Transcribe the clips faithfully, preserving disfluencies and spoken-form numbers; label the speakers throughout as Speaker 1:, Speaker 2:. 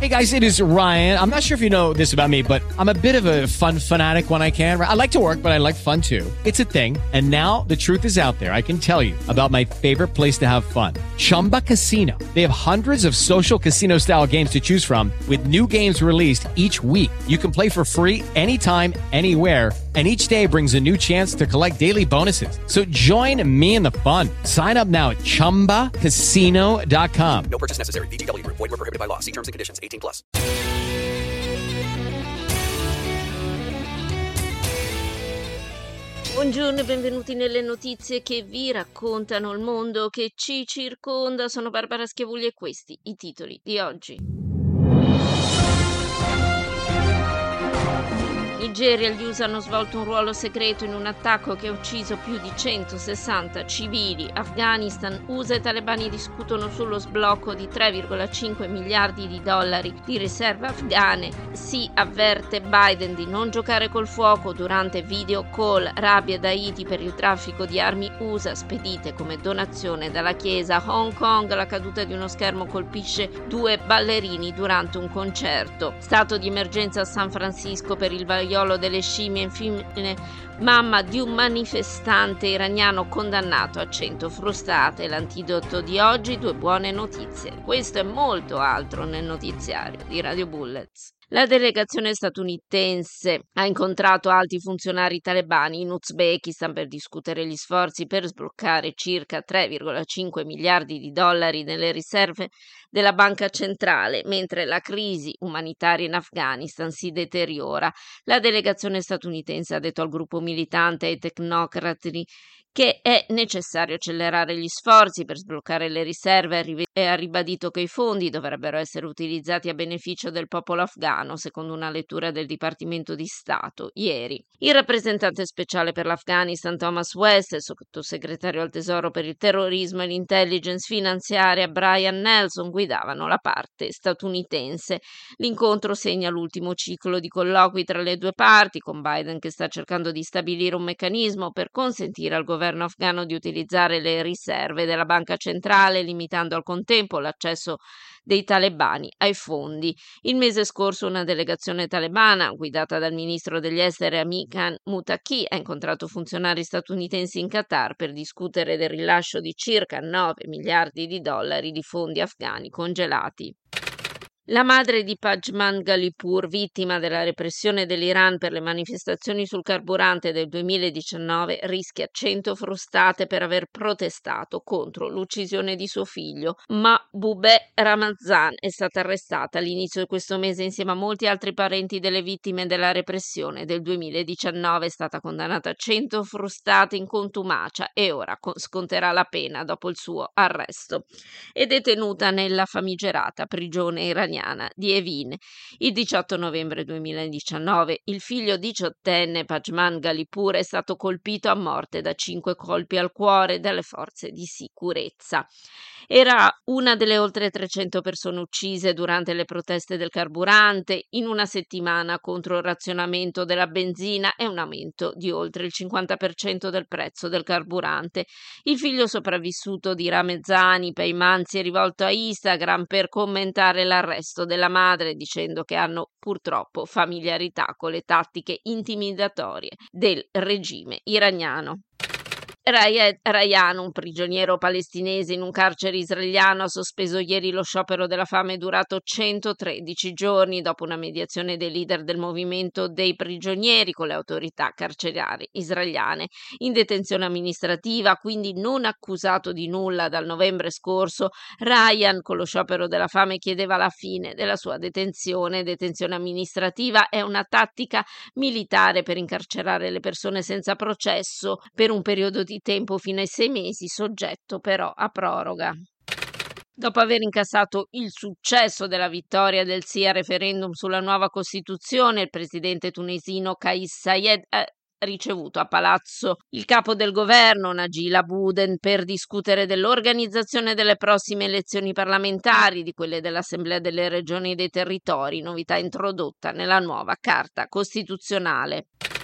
Speaker 1: Hey guys, it is Ryan. I'm not sure if you know this about me, but I'm a bit of a fun fanatic when I can. I like to work, but I like fun too. It's a thing. And now the truth is out there. I can tell you about my favorite place to have fun. Chumba Casino. They have hundreds of social casino style games to choose from with new games released each week. You can play for free anytime, anywhere. And each day brings a new chance to collect daily bonuses. So join me in the fun. Sign up now at chumba casino dot com.
Speaker 2: No purchase necessary. V G W Group. Void where prohibited by law. See terms and conditions. eighteen plus.
Speaker 3: Buongiorno e benvenuti nelle notizie che vi raccontano il mondo che ci circonda. Sono Barbara Schiavulli e questi i titoli di oggi. Nigeria, gli U S A hanno svolto un ruolo segreto in un attacco che ha ucciso più di centosessanta civili. Afghanistan, U S A e talebani discutono sullo sblocco di tre virgola cinque miliardi di dollari di riserve afghane. Si avverte Biden di non giocare col fuoco durante video call. Rabbia da Haiti per il traffico di armi U S A spedite come donazione dalla Chiesa. Hong Kong, la caduta di uno schermo colpisce due ballerini durante un concerto. Stato di emergenza a San Francisco per il vaiolo delle scimmie. Infine, mamma di un manifestante iraniano condannato a cento frustate. L'antidoto di oggi, due buone notizie. Questo e molto altro nel notiziario di Radio Bullets. La delegazione statunitense ha incontrato alti funzionari talebani in Uzbekistan per discutere gli sforzi per sbloccare circa tre virgola cinque miliardi di dollari nelle riserve della banca centrale, mentre la crisi umanitaria in Afghanistan si deteriora. La delegazione statunitense ha detto al gruppo militante e ai tecnocrati che è necessario accelerare gli sforzi per sbloccare le riserve e ha ribadito che i fondi dovrebbero essere utilizzati a beneficio del popolo afghano, secondo una lettura del Dipartimento di Stato ieri. Il rappresentante speciale per l'Afghanistan Thomas West e il sottosegretario al Tesoro per il terrorismo e l'intelligence finanziaria Brian Nelson guidavano la parte statunitense. L'incontro segna l'ultimo ciclo di colloqui tra le due parti, con Biden che sta cercando di stabilire un meccanismo per consentire al governo governo afghano di utilizzare le riserve della banca centrale, limitando al contempo l'accesso dei talebani ai fondi. Il mese scorso una delegazione talebana, guidata dal ministro degli esteri Amikan Muttaqi, ha incontrato funzionari statunitensi in Qatar per discutere del rilascio di circa nove miliardi di dollari di fondi afghani congelati. La madre di Pajman Ghalipur, vittima della repressione dell'Iran per le manifestazioni sul carburante del duemiladiciannove, rischia cento frustate per aver protestato contro l'uccisione di suo figlio. Mahbubeh Ramazan è stata arrestata all'inizio di questo mese insieme a molti altri parenti delle vittime della repressione del duemiladiciannove. È stata condannata a cento frustate in contumacia e ora sconterà la pena dopo il suo arresto. È detenuta nella famigerata prigione iraniana di Evin. Il diciotto novembre duemiladiciannove il figlio diciottenne Pajman Ghalipur è stato colpito a morte da cinque colpi al cuore dalle forze di sicurezza. Era una delle oltre trecento persone uccise durante le proteste del carburante in una settimana contro il razionamento della benzina e un aumento di oltre il cinquanta per cento del prezzo del carburante. Il figlio sopravvissuto di Ramezani, Peyman, si è rivolto a Instagram per commentare l'arresto della madre, dicendo che hanno purtroppo familiarità con le tattiche intimidatorie del regime iraniano. Rayed Rayan, un prigioniero palestinese in un carcere israeliano, ha sospeso ieri lo sciopero della fame durato centotredici giorni dopo una mediazione dei leader del movimento dei prigionieri con le autorità carcerarie israeliane. In detenzione amministrativa, quindi non accusato di nulla dal novembre scorso, Rayan con lo sciopero della fame chiedeva la fine della sua detenzione. Detenzione amministrativa è una tattica militare per incarcerare le persone senza processo per un periodo di di tempo fino ai sei mesi, soggetto però a proroga. Dopo aver incassato il successo della vittoria del sì al referendum sulla nuova Costituzione, il presidente tunisino Kais Saied ha ricevuto a palazzo il capo del governo Najib Bouden per discutere dell'organizzazione delle prossime elezioni parlamentari, di quelle dell'Assemblea delle Regioni e dei Territori, novità introdotta nella nuova Carta Costituzionale.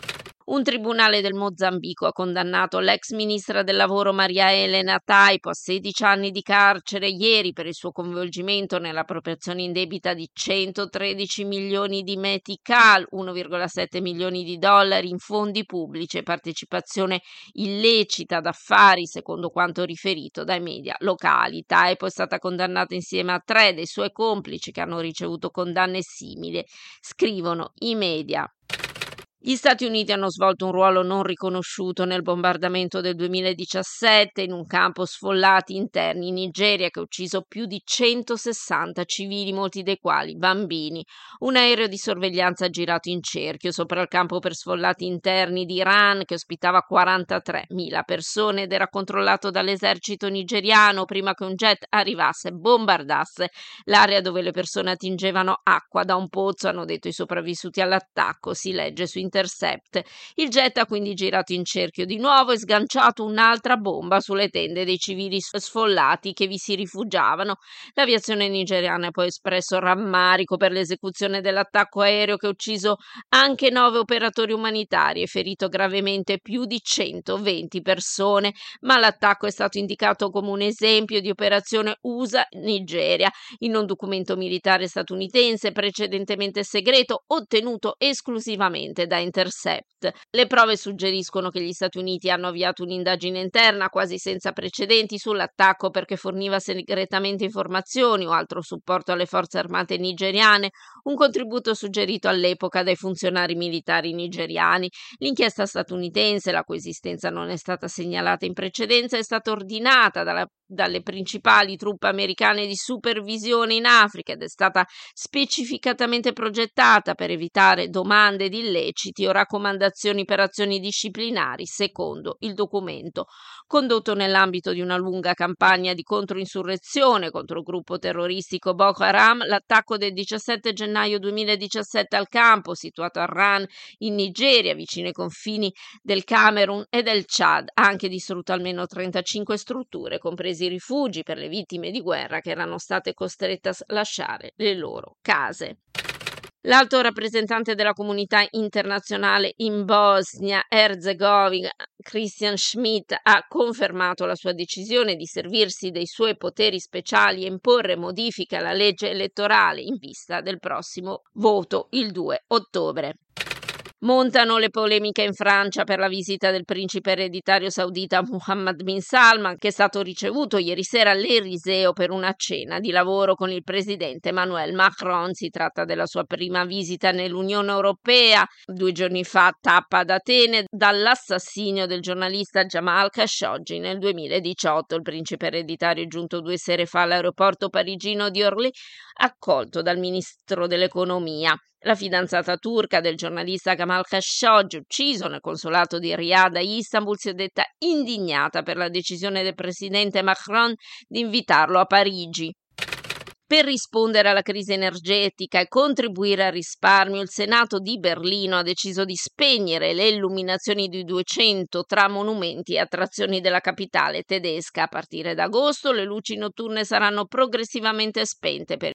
Speaker 3: Un tribunale del Mozambico ha condannato l'ex ministra del lavoro Maria Elena Taipo a sedici anni di carcere ieri per il suo coinvolgimento nell'appropriazione indebita di centotredici milioni di metical, uno virgola sette milioni di dollari in fondi pubblici e partecipazione illecita ad affari, secondo quanto riferito dai media locali. Taipo è stata condannata insieme a tre dei suoi complici che hanno ricevuto condanne simili, scrivono i media. Gli Stati Uniti hanno svolto un ruolo non riconosciuto nel bombardamento del duemiladiciassette in un campo sfollati interni in Nigeria che ha ucciso più di centosessanta civili, molti dei quali bambini. Un aereo di sorveglianza girato in cerchio sopra il campo per sfollati interni di Iran che ospitava quarantatremila persone ed era controllato dall'esercito nigeriano prima che un jet arrivasse e bombardasse l'area dove le persone attingevano acqua da un pozzo, hanno detto i sopravvissuti all'attacco, si legge su Intercept. Il jet ha quindi girato in cerchio di nuovo e sganciato un'altra bomba sulle tende dei civili sfollati che vi si rifugiavano. L'aviazione nigeriana ha poi espresso rammarico per l'esecuzione dell'attacco aereo che ha ucciso anche nove operatori umanitari e ferito gravemente più di centoventi persone, ma l'attacco è stato indicato come un esempio di operazione U S A-Nigeria in un documento militare statunitense precedentemente segreto ottenuto esclusivamente da Intercept. Le prove suggeriscono che gli Stati Uniti hanno avviato un'indagine interna quasi senza precedenti sull'attacco perché forniva segretamente informazioni o altro supporto alle forze armate nigeriane, un contributo suggerito all'epoca dai funzionari militari nigeriani. L'inchiesta statunitense, la cui esistenza non è stata segnalata in precedenza, è stata ordinata dalla dalle principali truppe americane di supervisione in Africa ed è stata specificatamente progettata per evitare domande di illeciti o raccomandazioni per azioni disciplinari, secondo il documento. Condotto nell'ambito di una lunga campagna di controinsurrezione contro il gruppo terroristico Boko Haram, l'attacco del diciassette gennaio duemiladiciassette al campo situato a Ran in Nigeria, vicino ai confini del Camerun e del Chad, ha anche distrutto almeno trentacinque strutture, compresi i rifugi per le vittime di guerra che erano state costrette a lasciare le loro case. L'alto rappresentante della comunità internazionale in Bosnia-Erzegovina, Christian Schmidt, ha confermato la sua decisione di servirsi dei suoi poteri speciali e imporre modifiche alla legge elettorale in vista del prossimo voto il due ottobre. Montano le polemiche in Francia per la visita del principe ereditario saudita Mohammed bin Salman, che è stato ricevuto ieri sera all'Eliseo per una cena di lavoro con il presidente Emmanuel Macron. Si tratta della sua prima visita nell'Unione Europea. Due giorni fa tappa ad Atene dall'assassinio del giornalista Jamal Khashoggi nel duemiladiciotto. Il principe ereditario è giunto due sere fa all'aeroporto parigino di Orly, accolto dal ministro dell'economia. La fidanzata turca del giornalista Jamal Khashoggi, ucciso nel consolato di Riyadh a Istanbul, si è detta indignata per la decisione del presidente Macron di invitarlo a Parigi. Per rispondere alla crisi energetica e contribuire al risparmio, il Senato di Berlino ha deciso di spegnere le illuminazioni di duecento tra monumenti e attrazioni della capitale tedesca. A partire da agosto le luci notturne saranno progressivamente spente per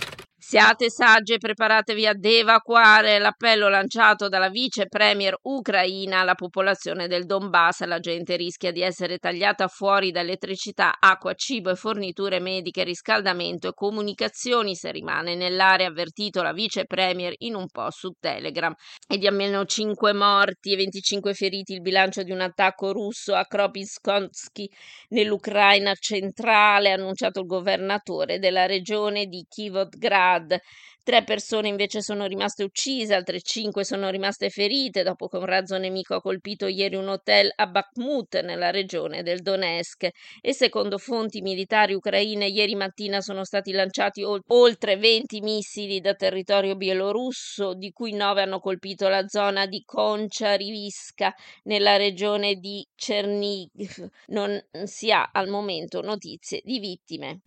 Speaker 3: Siate saggi e preparatevi ad evacuare, l'appello lanciato dalla vice premier ucraina alla popolazione del Donbass. La gente rischia di essere tagliata fuori da elettricità, acqua, cibo e forniture mediche, riscaldamento e comunicazioni se rimane nell'area, avvertito la vice premier in un post su Telegram. E di almeno cinque morti e venticinque feriti il bilancio di un attacco russo a Kropyvsk nell'Ucraina centrale, ha annunciato il governatore della regione di Kievograd. Tre persone invece sono rimaste uccise, altre cinque sono rimaste ferite dopo che un razzo nemico ha colpito ieri un hotel a Bakhmut nella regione del Donetsk e secondo fonti militari ucraine ieri mattina sono stati lanciati ol- oltre venti missili da territorio bielorusso, di cui nove hanno colpito la zona di Konchariivka nella regione di Chernihiv. Non si ha al momento notizie di vittime.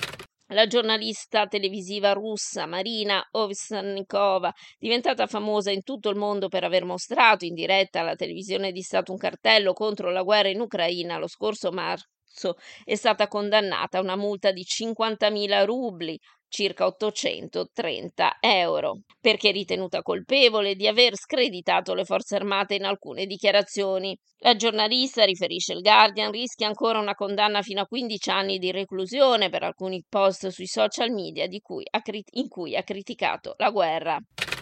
Speaker 3: La giornalista televisiva russa Marina Ovsyannikova, diventata famosa in tutto il mondo per aver mostrato in diretta alla televisione di Stato un cartello contro la guerra in Ucraina lo scorso marzo, Abruzzo è stata condannata a una multa di cinquantamila rubli, circa ottocentotrenta euro, perché ritenuta colpevole di aver screditato le forze armate in alcune dichiarazioni. La giornalista, riferisce il Guardian, rischia ancora una condanna fino a quindici anni di reclusione per alcuni post sui social media di cui ha crit- in cui ha criticato la guerra.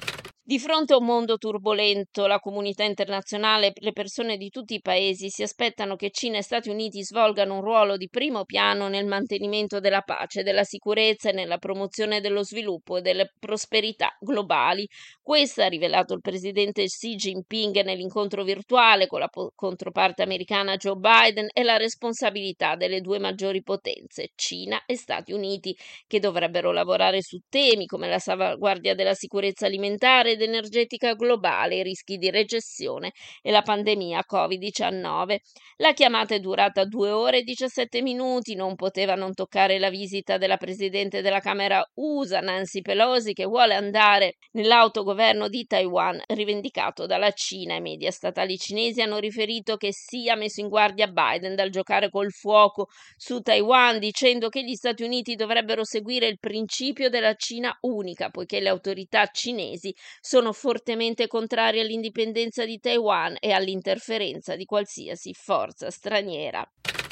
Speaker 3: Di fronte a un mondo turbolento, la comunità internazionale e le persone di tutti i paesi si aspettano che Cina e Stati Uniti svolgano un ruolo di primo piano nel mantenimento della pace, della sicurezza e nella promozione dello sviluppo e delle prosperità globali. Questo ha rivelato il presidente Xi Jinping nell'incontro virtuale con la po- controparte americana Joe Biden e la responsabilità delle due maggiori potenze, Cina e Stati Uniti, che dovrebbero lavorare su temi come la salvaguardia della sicurezza alimentare ed energetica globale, i rischi di recessione e la pandemia covid diciannove. La chiamata è durata due ore e diciassette minuti, non poteva non toccare la visita della Presidente della Camera U S A, Nancy Pelosi, che vuole andare nell'autogoverno di Taiwan, rivendicato dalla Cina. I media statali cinesi hanno riferito che Xi ha messo in guardia Biden dal giocare col fuoco su Taiwan, dicendo che gli Stati Uniti dovrebbero seguire il principio della Cina unica, poiché le autorità cinesi sono fortemente contrari all'indipendenza di Taiwan e all'interferenza di qualsiasi forza straniera.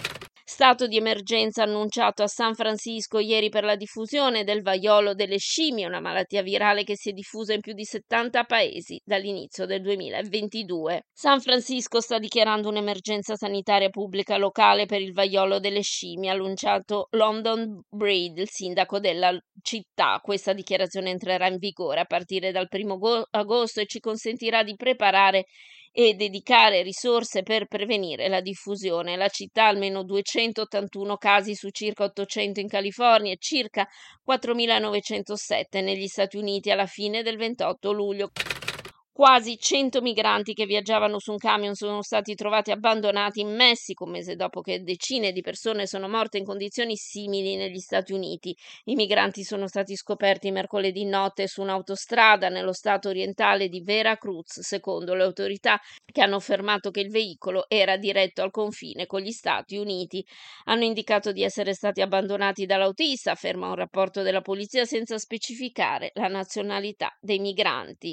Speaker 3: Stato di emergenza annunciato a San Francisco ieri per la diffusione del vaiolo delle scimmie, una malattia virale che si è diffusa in più di settanta paesi dall'inizio del duemilaventidue. San Francisco sta dichiarando un'emergenza sanitaria pubblica locale per il vaiolo delle scimmie, ha annunciato London Breed, il sindaco della città. Questa dichiarazione entrerà in vigore a partire dal primo agosto e ci consentirà di preparare e dedicare risorse per prevenire la diffusione. La città ha almeno duecentottantuno casi su circa ottocento in California e circa quattromilanovecentosette negli Stati Uniti alla fine del ventotto luglio. Quasi cento migranti che viaggiavano su un camion sono stati trovati abbandonati in Messico, un mese dopo che decine di persone sono morte in condizioni simili negli Stati Uniti. I migranti sono stati scoperti mercoledì notte su un'autostrada nello stato orientale di Veracruz, secondo le autorità, che hanno affermato che il veicolo era diretto al confine con gli Stati Uniti. Hanno indicato di essere stati abbandonati dall'autista, afferma un rapporto della polizia, senza specificare la nazionalità dei migranti.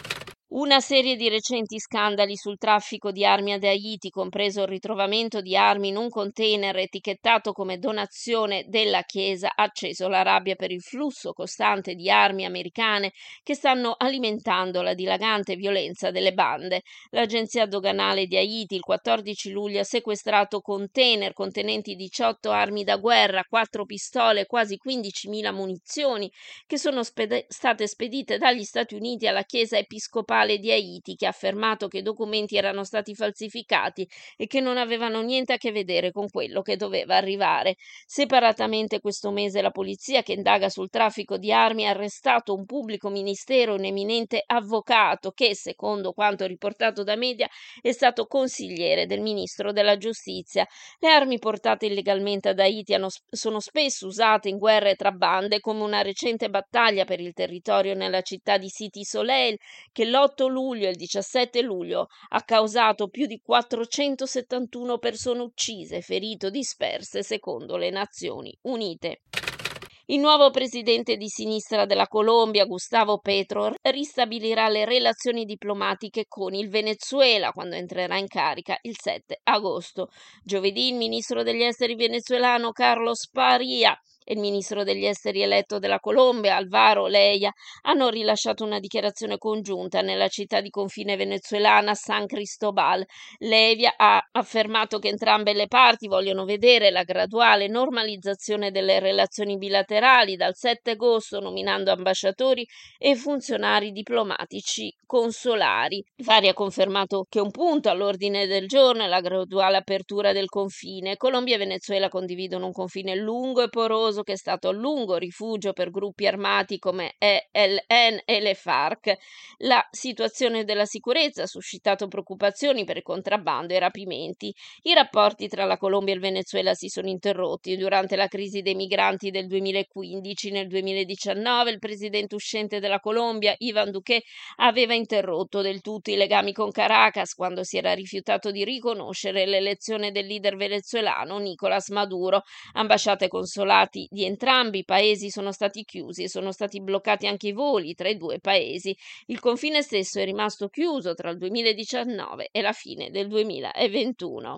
Speaker 3: Una serie di recenti scandali sul traffico di armi ad Haiti, compreso il ritrovamento di armi in un container etichettato come donazione della Chiesa, ha acceso la rabbia per il flusso costante di armi americane che stanno alimentando la dilagante violenza delle bande. L'agenzia doganale di Haiti il quattordici luglio ha sequestrato container contenenti diciotto armi da guerra, quattro pistole e quasi quindicimila munizioni che sono sped- state spedite dagli Stati Uniti alla Chiesa episcopale di Haiti, che ha affermato che i documenti erano stati falsificati e che non avevano niente a che vedere con quello che doveva arrivare. Separatamente questo mese la polizia, che indaga sul traffico di armi, ha arrestato un pubblico ministero, un eminente avvocato che, secondo quanto riportato da media, è stato consigliere del ministro della giustizia. Le armi portate illegalmente ad Haiti hanno, sono spesso usate in guerre tra bande, come una recente battaglia per il territorio nella città di City Soleil, che l'otto luglio e il diciassette luglio ha causato più di quattrocentosettantuno persone uccise, ferite o disperse, secondo le Nazioni Unite. Il nuovo presidente di sinistra della Colombia, Gustavo Petro, ristabilirà le relazioni diplomatiche con il Venezuela quando entrerà in carica il sette agosto. Giovedì il ministro degli esteri venezuelano Carlos Paria e il ministro degli esteri eletto della Colombia, Alvaro Leia, hanno rilasciato una dichiarazione congiunta nella città di confine venezuelana San Cristobal. Leia ha affermato che entrambe le parti vogliono vedere la graduale normalizzazione delle relazioni bilaterali dal sette agosto, nominando ambasciatori e funzionari diplomatici consolari. Vari ha confermato che un punto all'ordine del giorno è la graduale apertura del confine. Colombia e Venezuela condividono un confine lungo e poroso Caucaso, che è stato a lungo rifugio per gruppi armati come E L N e le FARC. La situazione della sicurezza ha suscitato preoccupazioni per il contrabbando e i rapimenti. I rapporti tra la Colombia e il Venezuela si sono interrotti durante la crisi dei migranti del duemilaquindici. Nel duemiladiciannove il presidente uscente della Colombia, Iván Duque, aveva interrotto del tutto i legami con Caracas quando si era rifiutato di riconoscere l'elezione del leader venezuelano Nicolás Maduro. Ambasciate e consolati di entrambi i paesi sono stati chiusi e sono stati bloccati anche i voli tra i due paesi. Il confine stesso è rimasto chiuso tra il duemiladiciannove e la fine del duemilaventuno.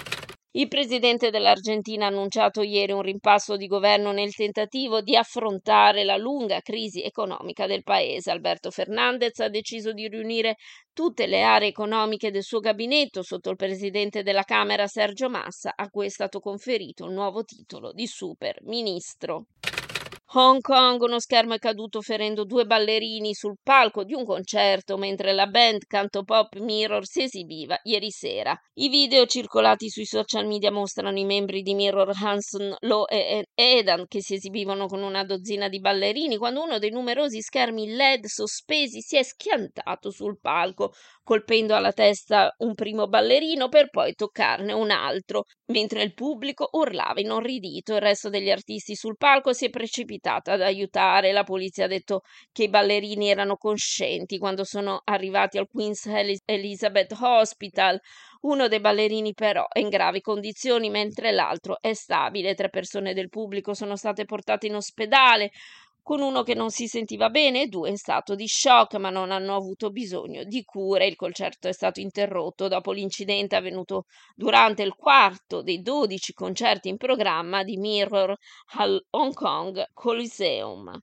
Speaker 3: Il presidente dell'Argentina ha annunciato ieri un rimpasso di governo nel tentativo di affrontare la lunga crisi economica del paese. Alberto Fernández ha deciso di riunire tutte le aree economiche del suo gabinetto sotto il presidente della Camera Sergio Massa, a cui è stato conferito il nuovo titolo di super ministro. Hong Kong, uno schermo è caduto ferendo due ballerini sul palco di un concerto mentre la band cantopop Mirror si esibiva ieri sera. I video circolati sui social media mostrano i membri di Mirror, Hanson, Lo e Edan, che si esibivano con una dozzina di ballerini quando uno dei numerosi schermi L E D sospesi si è schiantato sul palco, colpendo alla testa un primo ballerino per poi toccarne un altro, mentre il pubblico urlava inorridito. Il resto degli artisti sul palco si è precipitato ad aiutare. La polizia ha detto che i ballerini erano coscienti quando sono arrivati al Queen's Elizabeth Hospital. Uno dei ballerini però è in gravi condizioni mentre l'altro è stabile. Tre persone del pubblico sono state portate in ospedale, con uno che non si sentiva bene e due in stato di shock, ma non hanno avuto bisogno di cure. Il concerto è stato interrotto dopo l'incidente avvenuto durante il quarto dei dodici concerti in programma di Mirror al Hong Kong Coliseum.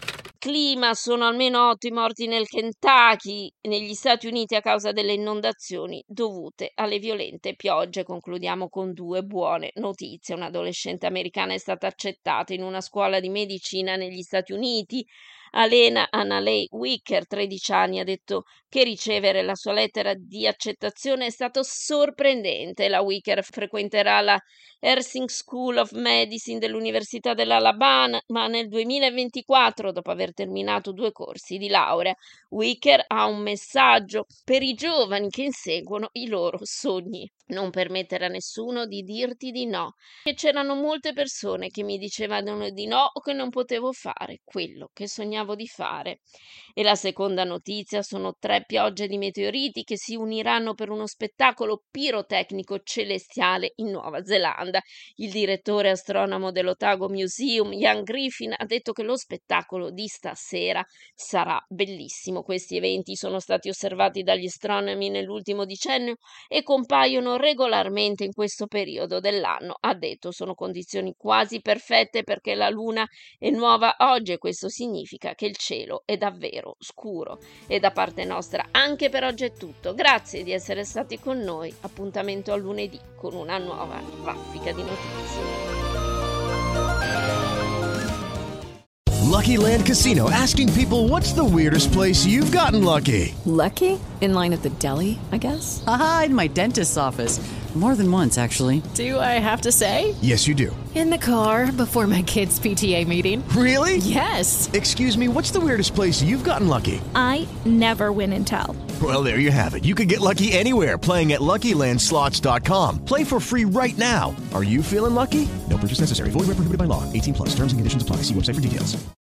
Speaker 3: Clima, sono almeno otto i morti nel Kentucky, negli Stati Uniti, a causa delle inondazioni dovute alle violente piogge. Concludiamo con due buone notizie. Un'adolescente americana è stata accettata in una scuola di medicina negli Stati Uniti. Alena Annalei Wicker, tredici anni, ha detto che ricevere la sua lettera di accettazione è stato sorprendente. La Wicker frequenterà la Erskine School of Medicine dell'Università dell'Alabama, ma nel duemilaventiquattro, dopo aver terminato due corsi di laurea. Wicker ha un messaggio per i giovani che inseguono i loro sogni: non permettere a nessuno di dirti di no. E c'erano molte persone che mi dicevano di no o che non potevo fare quello che sognavo di fare. E la seconda notizia sono tre piogge di meteoriti che si uniranno per uno spettacolo pirotecnico celestiale in Nuova Zelanda. Il direttore astronomo dell'Otago Museum, Ian Griffin, ha detto che lo spettacolo di stasera sarà bellissimo. Questi eventi sono stati osservati dagli astronomi nell'ultimo decennio e compaiono regolarmente in questo periodo dell'anno. Ha detto: sono condizioni quasi perfette perché la luna è nuova oggi e questo significa che il cielo è davvero scuro. E da parte nostra anche per oggi è tutto. Grazie di essere stati con noi. Appuntamento a lunedì con una nuova raffica di notizie.
Speaker 4: Lucky Land Casino, asking people, what's the weirdest place you've gotten lucky?
Speaker 5: Lucky? In line at the deli, I guess?
Speaker 6: Aha, in my dentist's office. More than once, actually.
Speaker 5: Do I have to say?
Speaker 4: Yes, you do.
Speaker 5: In the car before my kids' P T A meeting.
Speaker 4: Really?
Speaker 5: Yes.
Speaker 4: Excuse me, what's the weirdest place you've gotten lucky?
Speaker 7: I never win and tell.
Speaker 4: Well, there you have it. You can get lucky anywhere, playing at Lucky Land Slots dot com. Play for free right now. Are you feeling lucky? No purchase necessary. Void where prohibited by law. eighteen plus. Terms and conditions apply. See website for details.